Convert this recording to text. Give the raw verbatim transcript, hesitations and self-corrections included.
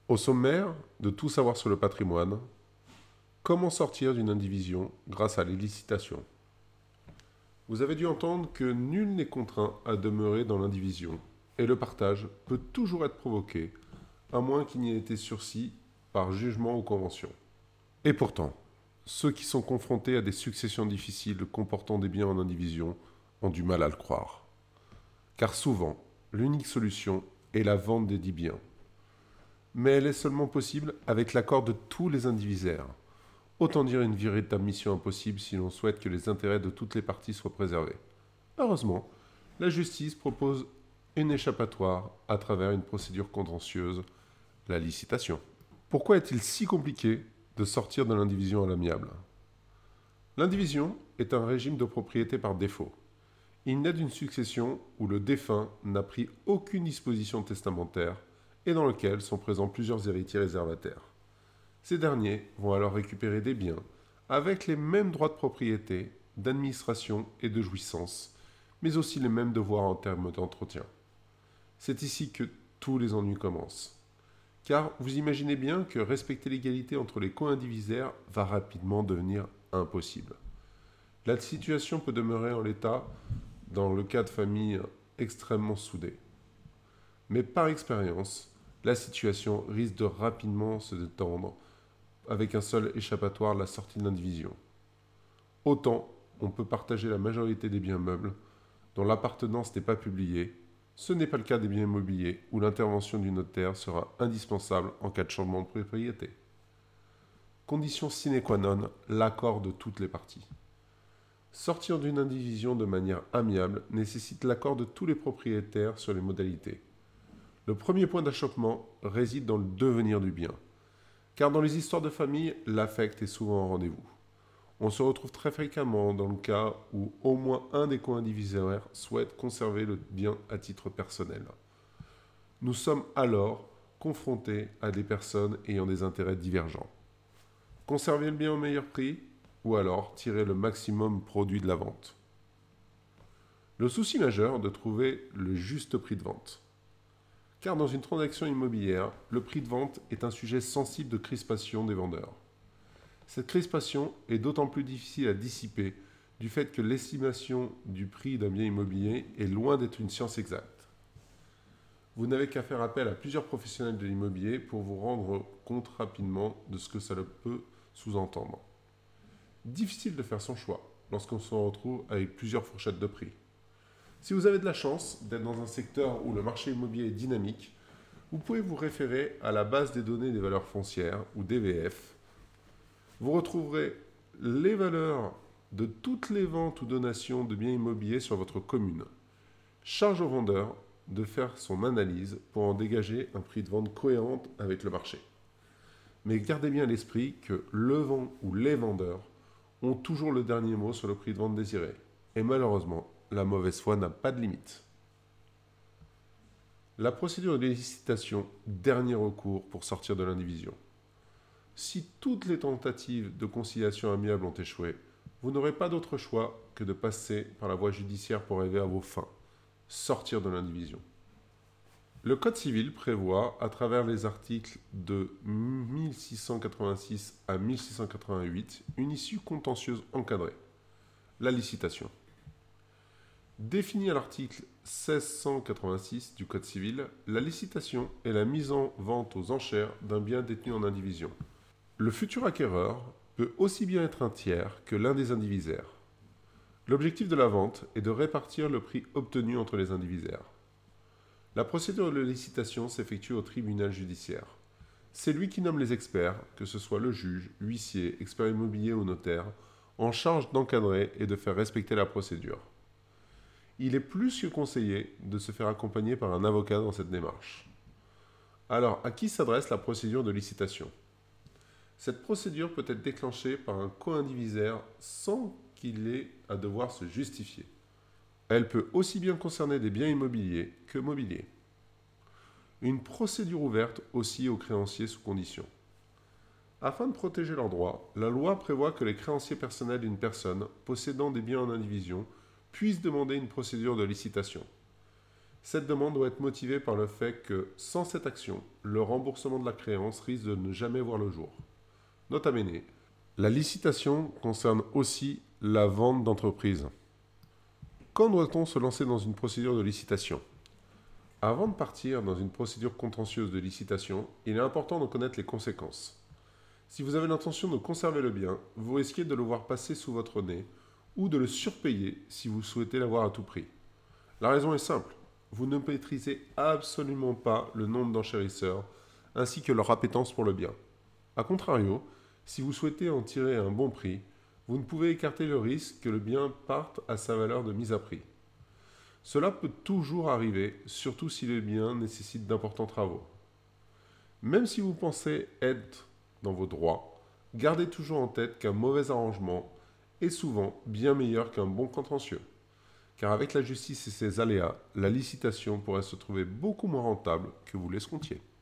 Au sommaire de Tout savoir sur le patrimoine, comment sortir d'une indivision grâce à l'illicitation. Vous avez dû entendre que nul n'est contraint à demeurer dans l'indivision, et le partage peut toujours être provoqué, à moins qu'il n'y ait été sursis par jugement ou convention. Et pourtant, ceux qui sont confrontés à des successions difficiles comportant des biens en indivision ont du mal à le croire. Car souvent, l'unique solution est la vente des dix biens. Mais elle est seulement possible avec l'accord de tous les indivisaires. Autant dire une véritable mission impossible si l'on souhaite que les intérêts de toutes les parties soient préservés. Heureusement, la justice propose une échappatoire à travers une procédure contentieuse, la licitation. Pourquoi est-il si compliqué de sortir de l'indivision à l'amiable ? L'indivision est un régime de propriété par défaut. Il naît d'une succession où le défunt n'a pris aucune disposition testamentaire et dans lequel sont présents plusieurs héritiers réservataires. Ces derniers vont alors récupérer des biens avec les mêmes droits de propriété, d'administration et de jouissance, mais aussi les mêmes devoirs en termes d'entretien. C'est ici que tous les ennuis commencent. Car vous imaginez bien que respecter l'égalité entre les co-indivisaires va rapidement devenir impossible. La situation peut demeurer en l'état dans le cas de familles extrêmement soudées. Mais par expérience, la situation risque de rapidement se détendre avec un seul échappatoire, la sortie de l'indivision. Autant on peut partager la majorité des biens meubles dont l'appartenance n'est pas publiée, ce n'est pas le cas des biens immobiliers où l'intervention du notaire sera indispensable en cas de changement de propriété. Condition sine qua non, l'accord de toutes les parties. Sortir d'une indivision de manière amiable nécessite l'accord de tous les propriétaires sur les modalités. Le premier point d'achoppement réside dans le devenir du bien. Car dans les histoires de famille, l'affect est souvent au rendez-vous. On se retrouve très fréquemment dans le cas où au moins un des co-indivisaires souhaite conserver le bien à titre personnel. Nous sommes alors confrontés à des personnes ayant des intérêts divergents. Conserver le bien au meilleur prix ou alors tirer le maximum produit de la vente. Le souci majeur est de trouver le juste prix de vente. Car dans une transaction immobilière, le prix de vente est un sujet sensible de crispation des vendeurs. Cette crispation est d'autant plus difficile à dissiper du fait que l'estimation du prix d'un bien immobilier est loin d'être une science exacte. Vous n'avez qu'à faire appel à plusieurs professionnels de l'immobilier pour vous rendre compte rapidement de ce que ça peut sous-entendre. Difficile de faire son choix lorsqu'on se retrouve avec plusieurs fourchettes de prix. Si vous avez de la chance d'être dans un secteur où le marché immobilier est dynamique, vous pouvez vous référer à la base des données des valeurs foncières, ou D V F. Vous retrouverez les valeurs de toutes les ventes ou donations de biens immobiliers sur votre commune. Charge au vendeur de faire son analyse pour en dégager un prix de vente cohérent avec le marché. Mais gardez bien à l'esprit que le vent ou les vendeurs ont toujours le dernier mot sur le prix de vente désiré. Et malheureusement, la mauvaise foi n'a pas de limite. La procédure de licitation, dernier recours pour sortir de l'indivision. Si toutes les tentatives de conciliation amiable ont échoué, vous n'aurez pas d'autre choix que de passer par la voie judiciaire pour arriver à vos fins, sortir de l'indivision. Le Code civil prévoit, à travers les articles de mille six cent quatre-vingt-six à mille six cent quatre-vingt-huit, une issue contentieuse encadrée, la licitation. Définie à l'article mille six cent quatre-vingt-six du Code civil, la licitation est la mise en vente aux enchères d'un bien détenu en indivision. Le futur acquéreur peut aussi bien être un tiers que l'un des indivisaires. L'objectif de la vente est de répartir le prix obtenu entre les indivisaires. La procédure de licitation s'effectue au tribunal judiciaire. C'est lui qui nomme les experts, que ce soit le juge, huissier, expert immobilier ou notaire, en charge d'encadrer et de faire respecter la procédure. Il est plus que conseillé de se faire accompagner par un avocat dans cette démarche. Alors, à qui s'adresse la procédure de licitation ? Cette procédure peut être déclenchée par un co-indivisaire sans qu'il ait à devoir se justifier. Elle peut aussi bien concerner des biens immobiliers que mobiliers. Une procédure ouverte aussi aux créanciers sous condition. Afin de protéger leurs droits, la loi prévoit que les créanciers personnels d'une personne possédant des biens en indivision puissent demander une procédure de licitation. Cette demande doit être motivée par le fait que, sans cette action, le remboursement de la créance risque de ne jamais voir le jour. Nota bene, la licitation concerne aussi la vente d'entreprise. Quand doit-on se lancer dans une procédure de licitation ? Avant de partir dans une procédure contentieuse de licitation, il est important de connaître les conséquences. Si vous avez l'intention de conserver le bien, vous risquez de le voir passer sous votre nez ou de le surpayer si vous souhaitez l'avoir à tout prix. La raison est simple. Vous ne maîtrisez absolument pas le nombre d'enchérisseurs ainsi que leur appétence pour le bien. A contrario, si vous souhaitez en tirer un bon prix, vous ne pouvez écarter le risque que le bien parte à sa valeur de mise à prix. Cela peut toujours arriver, surtout si le bien nécessite d'importants travaux. Même si vous pensez être dans vos droits, gardez toujours en tête qu'un mauvais arrangement est souvent bien meilleur qu'un bon contentieux. Car avec la justice et ses aléas, la licitation pourrait se trouver beaucoup moins rentable que vous l'escomptiez.